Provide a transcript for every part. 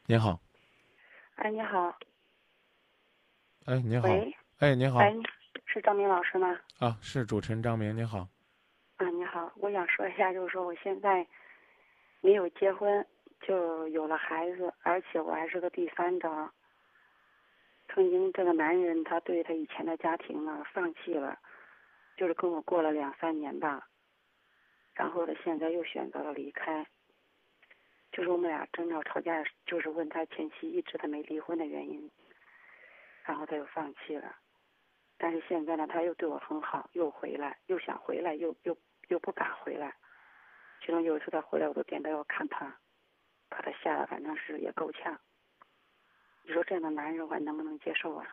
您好。 哎，你好。 哎，您好。 喂。 哎，您好。 哎，是张明老师吗？ 啊，是主持人张明，您好。 啊，你好，我想说一下，就是说我现在没有结婚，就有了孩子，而且我还是个第三者。曾经这个男人他对他以前的家庭呢放弃了，就是跟我过了2、3年吧，然后呢现在又选择了离开。就是我们俩争吵吵架，就是问他前妻一直他没离婚的原因，然后他又放弃了。但是现在呢，他又对我很好，又回来，又想回来，又不敢回来。其中有一次他回来，我都点到要看他，把他吓得反正是也够呛。你说这样的男人我还能不能接受啊？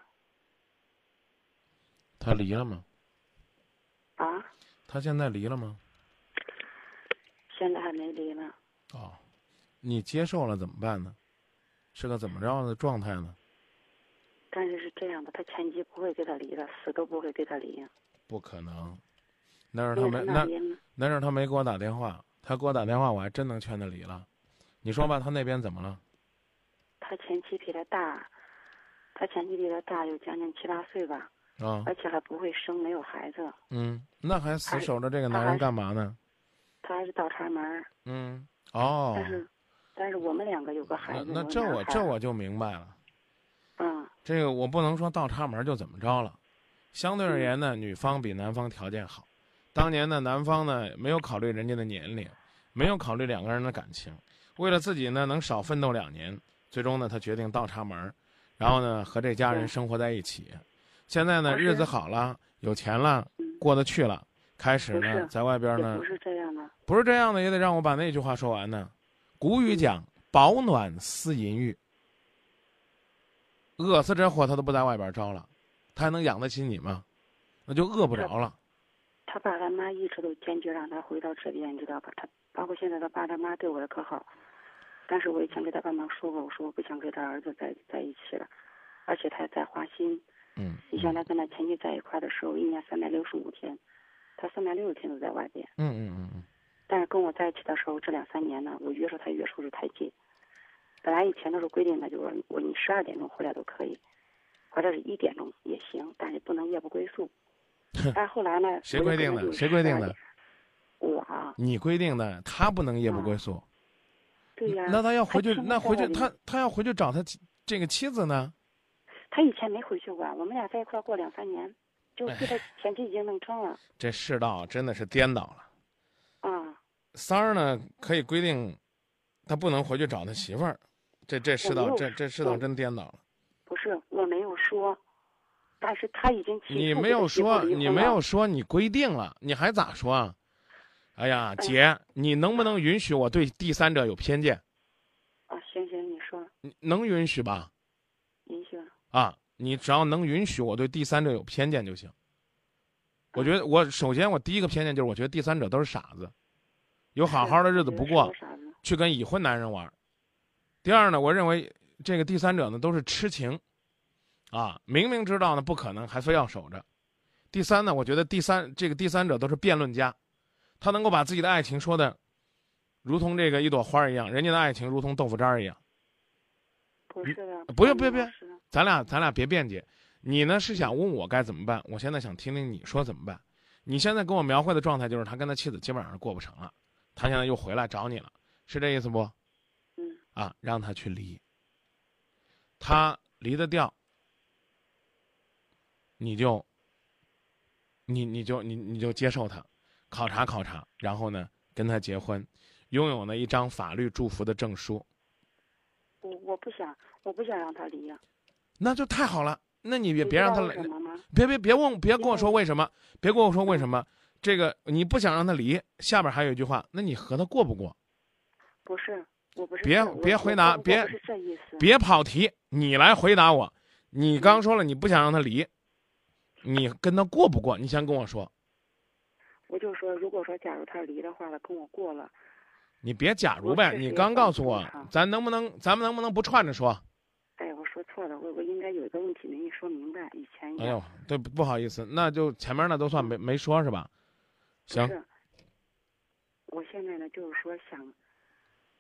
他离了吗？ 啊？ 他现在离了吗？ 现在还没离呢。 哦，你接受了怎么办呢？是个怎么着的状态呢？ 但是是这样的，他前妻不会跟他离的，死都不会跟他离。 不可能，那是他因为没那是他没给我打电话，他给我打电话，我还真能劝他离了。你说吧，他那边怎么了？ 他前妻比他大，有将近7、8岁吧。 啊。 而且还不会生，没有孩子。 那还死守着这个男人干嘛呢？ 他还是倒插门。 哦。 但是我们2个有个孩子。 那这我就明白了。这个我不能说倒插门就怎么着了。相对而言呢，女方比男方条件好。当年呢，男方呢没有考虑人家的年龄，没有考虑两个人的感情，为了自己呢能少奋斗2年，最终呢他决定倒插门，然后呢和这家人生活在一起。现在呢日子好了，有钱了，过得去了，开始呢在外边呢。 不是这样的。 不是这样的，也得让我把那句话说完呢。古语讲，饱暖思淫欲。饿死这货他都不在外边招了，他还能养得起你吗？那就饿不着了。 他爸他妈一直都坚决让他回到这边，你知道吧？他包括现在他爸他妈对我也可好，但是我以前跟他爸妈说过，我说我不想跟他儿子在一起了，而且他也在花心。以前他跟他前妻在一块的时候，1年365天，他360天都在外边。但是跟我在一起的时候，这2、3年呢，我约束他约束的太紧。本来以前都是规定的，就是你12点钟回来都可以，或者是1点钟也行，但是不能夜不归宿。但是后来呢？ 谁规定的？谁规定的？ 我啊。 你规定的，他不能夜不归宿。 对呀。 那他要回去，他要回去找他这个妻子呢？ 他以前没回去过，我们俩在一块过2、3年，就对他前妻已经弄成了。 这世道真的是颠倒了。三儿呢可以规定，他不能回去找他媳妇儿。这世道这世道真颠倒了。 不是，我没有说，但是他已经起诉你没有说，你规定了，你还咋说啊？哎呀，姐，你能不能允许我对第三者有偏见？ 行，你说。 你能允许吧？ 允许。 你只要能允许我对第三者有偏见就行。我觉得首先我第一个偏见就是我觉得第三者都是傻子，有好好的日子不过，去跟已婚男人玩。第二呢，我认为这个第三者呢都是痴情，明明知道呢不可能，还非要守着。第三呢，我觉得这个第三者都是辩论家，他能够把自己的爱情说的如同这个一朵花一样，人家的爱情如同豆腐渣一样。 不是的。 不要，咱俩别辩解。你呢是想问我该怎么办？我现在想听听你说怎么办。你现在跟我描绘的状态就是他跟他妻子基本上过不成了，他现在又回来找你了，是这意思不？让他去离。他离得掉，你就接受他，考察，然后呢跟他结婚，拥有那一张法律祝福的证书。 我不想让他离呀。 那就太好了。那你别让他来。别跟我说为什么，别跟我说为什么。这个你不想让他离，下边还有一句话，那你和他过不过？ 不是。我不是。 别回答，别不是这意思。 别跑题，你来回答我。你刚说了你不想让他离，你跟他过不过？你先跟我说。 我就说，如果说假如他离的话了，跟我过了。 你别假如呗，你刚告诉我，咱们能不能不串着说？ 我说错了，我应该有一个问题没说明白，以前。 哎呦，对，不好意思，那就前面那都算没说是吧？行。 我现在呢，就是说想，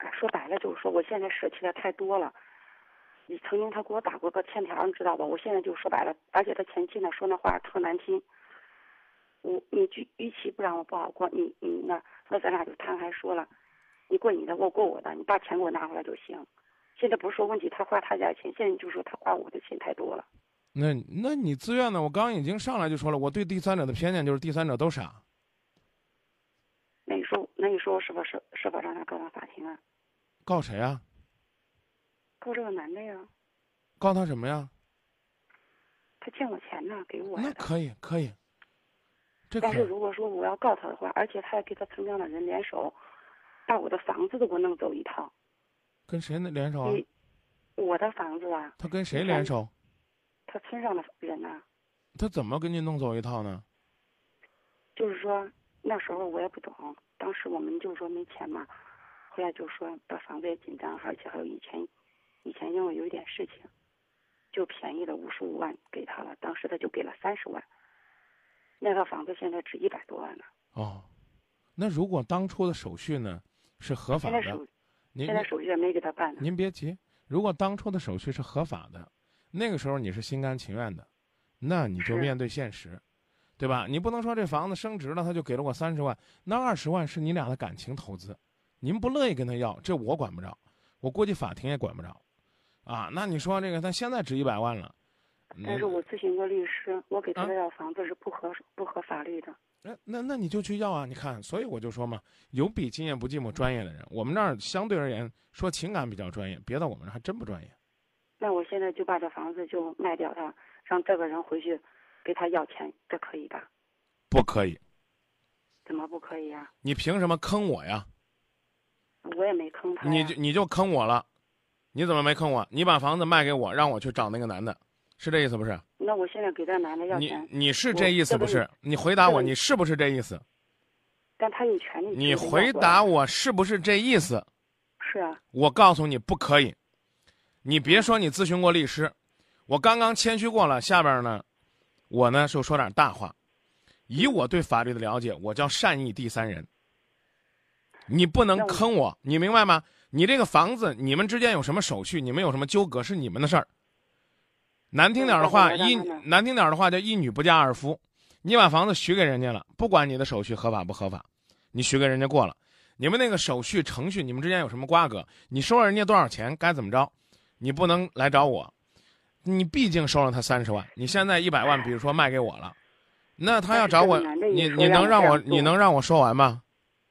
说白了就是说，我现在舍弃的太多了。你曾经他给我打过个欠条，你知道吧？我现在就说白了，而且他前妻呢说那话特难听。你与其不让我不好过，你那咱俩就摊开说了，你过你的，我过我的，你把钱给我拿回来就行。现在不是说问题，他花他家的钱，现在就说他花我的钱太多了。 那你自愿的，我刚已经上来就说了，我对第三者的偏见就是第三者都傻。 那你说我是否让他告上法庭啊？ 告谁啊？ 告这个男的呀。 告他什么呀？ 他欠我钱呢，给我呀。 那可以， 但是如果说我要告他的话，而且他还跟他村上的人联手，把我的房子都给我弄走一套。 跟谁联手啊？ 我的房子啊。 他跟谁联手？ 他村上的人呐。 他怎么跟你弄走一套呢？ 就是说那时候我也不懂，当时我们就说没钱嘛，后来就说把房子也紧张，而且还有以前因为有一点事情，就便宜的55万给他了，当时他就给了30万，那个房子现在值100多万了。 哦，那如果当初的手续呢是合法的， 现在手续也没给他办呢。 您别急，如果当初的手续是合法的，那个时候你是心甘情愿的，那你就面对现实，对吧？你不能说这房子升值了，他就给了我30万，那20万是你俩的感情投资，您不乐意跟他要，这我管不着，我估计法庭也管不着，啊，那你说这个他现在值100万了， 但是我咨询过律师，我给他要房子是不合法律的。 那你就去要啊！你看，所以我就说嘛，有比今夜不寂寞专业的人，我们这儿相对而言说情感比较专业，别的我们这儿还真不专业。 那我现在就把这房子就卖掉它，让这个人回去给他要钱，这可以吧？ 不可以。 怎么不可以呀？ 你凭什么坑我呀？ 我也没坑他呀。 你就坑我了，你怎么没坑我？你把房子卖给我，让我去找那个男的，是这意思不是？ 那我现在给这男的要钱， 你是这意思不是？你回答我，你是不是这意思？ 但他有权利。 你回答我是不是这意思？ 是啊。 我告诉你不可以，你别说你咨询过律师，我刚刚谦虚过了，下边呢，我呢就说点大话，以我对法律的了解，我叫善意第三人。你不能坑我，你明白吗？你这个房子，你们之间有什么手续，你们有什么纠葛，是你们的事儿。难听点的话，叫一女不嫁二夫。你把房子许给人家了，不管你的手续合法不合法，你许给人家过了，你们那个手续程序，你们之间有什么瓜葛，你收了人家多少钱，该怎么着，你不能来找我。你毕竟收了他30万，你现在100万，比如说卖给我了，那他要找我，你能让我说完吗？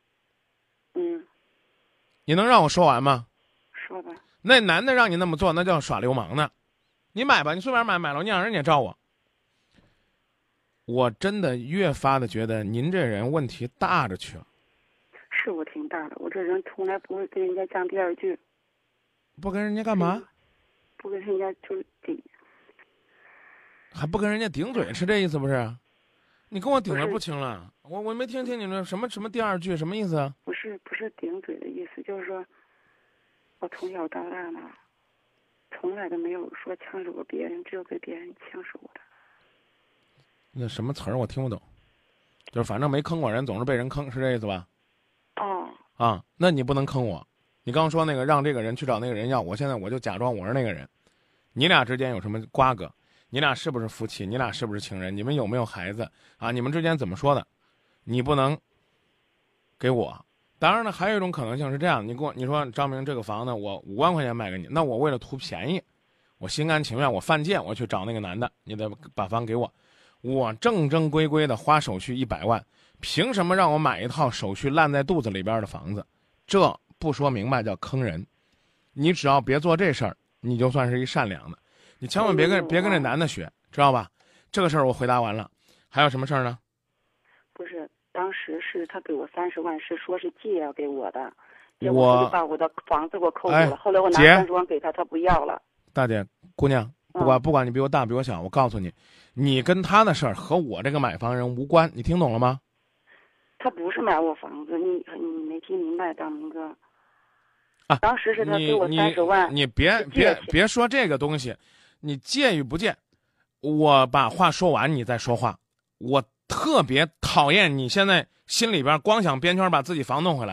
你能让我说完吗？ 说吧。 那男的让你那么做，那叫耍流氓呢。你买吧，你随便买了，你让人家照我。我真的越发的觉得您这人问题大着去了。 是我挺大的，我这人从来不会跟人家讲第二句。 不跟人家干嘛？ 不跟人家就是顶。 还不跟人家顶嘴，是这意思不是？你跟我顶着不清了，我没听清你说什么第二句，什么意思啊？ 不是顶嘴的意思，就是说，我从小到大呢，从来都没有说强势过别人，只有被别人强势过的。 那什么词儿我听不懂，就是反正没坑过人，总是被人坑，是这意思吧？ 哦。 啊，那你不能坑我。你刚说那个让这个人去找那个人要，我现在我就假装我是那个人。你俩之间有什么瓜葛？你俩是不是夫妻？你俩是不是情人？你们有没有孩子啊？你们之间怎么说的？你不能给我。当然了，还有一种可能性是这样：你说张明这个房子我5万块钱卖给你，那我为了图便宜，我心甘情愿，我犯贱，我去找那个男的，你得把房给我。我正正规规的花手续100万，凭什么让我买一套手续烂在肚子里边的房子？这不说明白叫坑人。你只要别做这事儿，你就算是一善良的。你千万别跟这男的学，知道吧？这个事儿我回答完了，还有什么事儿呢？ 不是，当时是他给我30万，是说是借要给我的，结果他就把我的房子给我扣住了。后来我拿30万给他，他不要了。 大姐，姑娘，不管你比我大比我小，我告诉你，你跟他的事儿和我这个买房人无关，你听懂了吗？ 他不是买我房子，你没听明白，大明哥。啊，当时是他给我30万。 你别说这个东西。你借与不借，我把话说完你再说话。我特别讨厌你现在心里边光想编圈把自己房弄回来。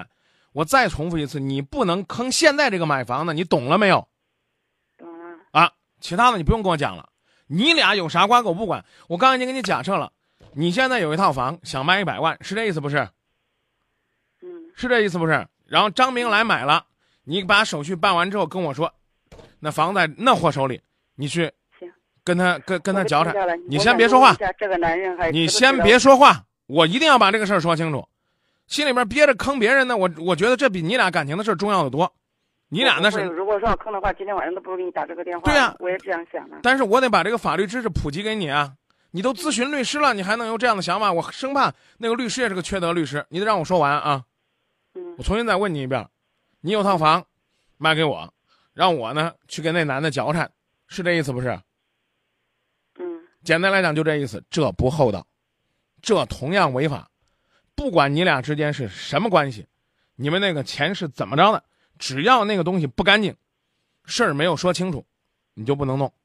我再重复一次，你不能坑现在这个买房的，你懂了没有？ 懂了。 啊，其他的你不用跟我讲了，你俩有啥瓜葛我不管。我刚才已经给你假设了，你现在有一套房想卖100万，是这意思不是？是这意思不是？然后张明来买了，你把手续办完之后跟我说，那房在那货手里，你去跟他交谈。你先别说话， 这个男人还你先别说话，我一定要把这个事儿说清楚。心里边憋着坑别人呢，我觉得这比你俩感情的事重要的多。你俩那是， 如果说要坑的话，今天晚上都不如给你打这个电话。 对呀， 我也这样想的。 但是我得把这个法律知识普及给你啊！你都咨询律师了，你还能有这样的想法？我生怕那个律师也是个缺德律师。你得让我说完啊！我重新再问你一遍，你有套房卖给我，让我呢去跟那男的交谈，是这意思不是？简单来讲就这意思，这不厚道，这同样违法。不管你俩之间是什么关系，你们那个钱是怎么着的，只要那个东西不干净，事儿没有说清楚，你就不能弄。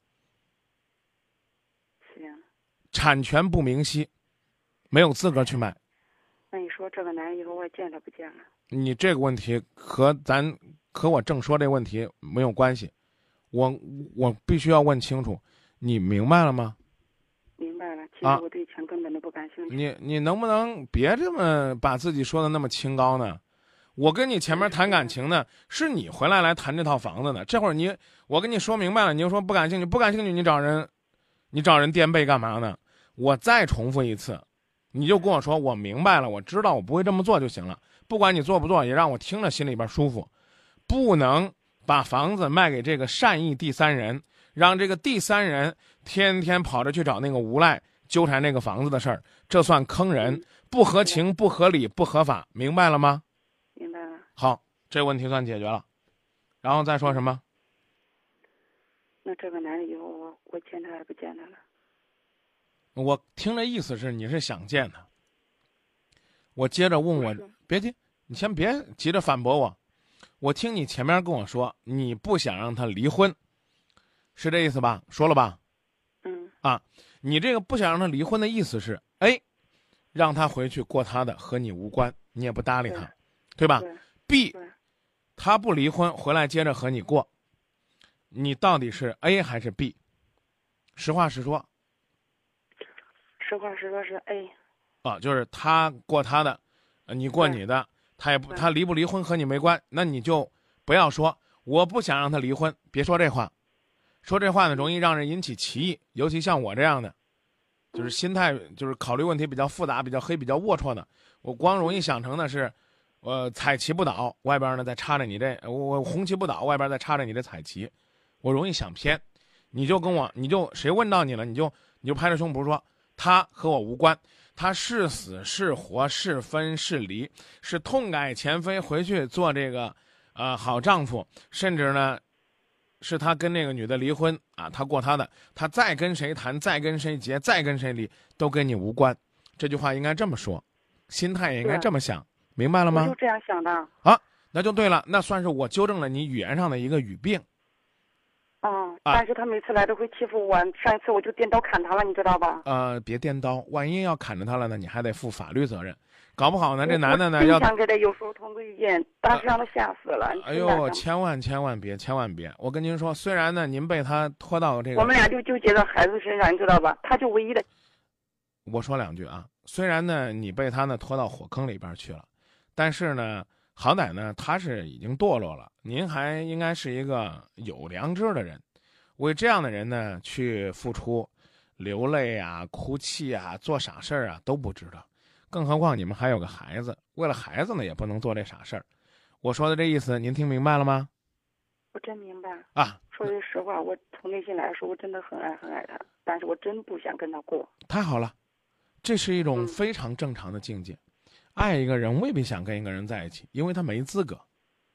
产权不明晰，没有资格去卖。 那你说这个男人以后我见他不见了？ 你这个问题和我正说这问题没有关系，我必须要问清楚，你明白了吗？ 明白了，其实我对钱根本都不感兴趣。 你能不能别这么把自己说的那么清高呢？我跟你前面谈感情呢，是你回来谈这套房子呢。这会儿我跟你说明白了，你就说不感兴趣，不感兴趣，你找人垫背干嘛呢？我再重复一次，你就跟我说我明白了，我知道我不会这么做就行了。不管你做不做，也让我听着心里边舒服。不能把房子卖给这个善意第三人，让这个第三人天天跑着去找那个无赖纠缠这个房子的事儿，这算坑人，不合情、不合理、不合法，明白了吗？ 明白了。 好，这问题算解决了。然后再说什么？ 那这个男人以后我见他还不见他了？ 我听这意思是你是想见他。我接着问我，别急，你先别急着反驳我。我听你前面跟我说，你不想让他离婚，是这意思吧？说了吧？你这个不想让他离婚的意思是 A， 让他回去过他的，和你无关，你也不搭理他，对吧？B， 他不离婚回来接着和你过，你到底是 A 还是 B？ 实话实说。 实话实说是 A。 就是他过他的，你过你的，他离不离婚和你没关，那你就不要说我不想让他离婚，别说这话，说这话呢容易让人引起歧义，尤其像我这样的，就是心态就是考虑问题比较复杂、比较黑、比较龌龊的，我光容易想成的是，彩旗不倒，外边呢再插着你这，我红旗不倒，外边再插着你这彩旗，我容易想偏，你就谁问到你了，你就拍着胸脯说他和我无关。他是死是活，是分是离，是痛改前非回去做这个好丈夫，甚至呢是他跟那个女的离婚啊，他过他的，他再跟谁谈，再跟谁结，再跟谁离，都跟你无关。这句话应该这么说，心态也应该这么想，明白了吗？ 我就这样想的。 啊，那就对了，那算是我纠正了你语言上的一个语病。 但是他每次来都会欺负我，上一次我就电刀砍他了，你知道吧？ 别电刀，万一要砍着他了呢，你还得负法律责任。搞不好呢，这男的呢要想给他有时候通个意见，当时让他吓死了。 哎呦，千万别！我跟您说，虽然呢您被他拖到这个， 我们俩就纠结在孩子身上，你知道吧？他就唯一的。 我说两句啊，虽然呢你被他呢拖到火坑里边去了，但是呢，好歹呢他是已经堕落了，您还应该是一个有良知的人。为这样的人呢去付出，流泪啊、哭泣啊、做傻事儿啊都不值得，更何况你们还有个孩子，为了孩子呢也不能做这傻事儿。我说的这意思您听明白了吗？ 我真明白啊。 说句实话，我从内心来说，我真的很爱他，但是我真不想跟他过。 太好了，这是一种非常正常的境界。爱一个人未必想跟一个人在一起，因为他没资格。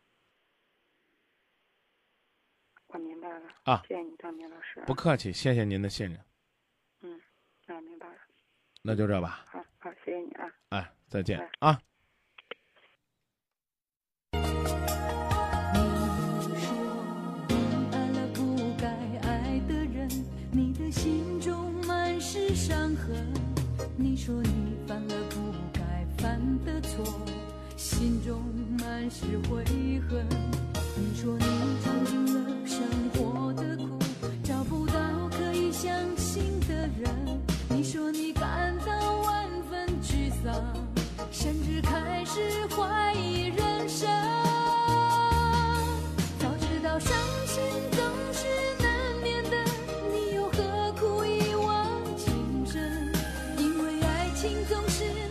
我明白了谢谢你，张明老师。 不客气，谢谢您的信任。 明白了。 那就这吧。 好，谢谢你啊。 再见啊。 你的心中满是伤痕，你说你犯了不该犯的错，心中满满是悔恨。你说你尝尽了生活的苦，找不到可以相信的人。你说你感到万分沮丧，甚至开始怀疑人生。早知道伤心总是难免的，你又何苦一往情深？因为爱情总是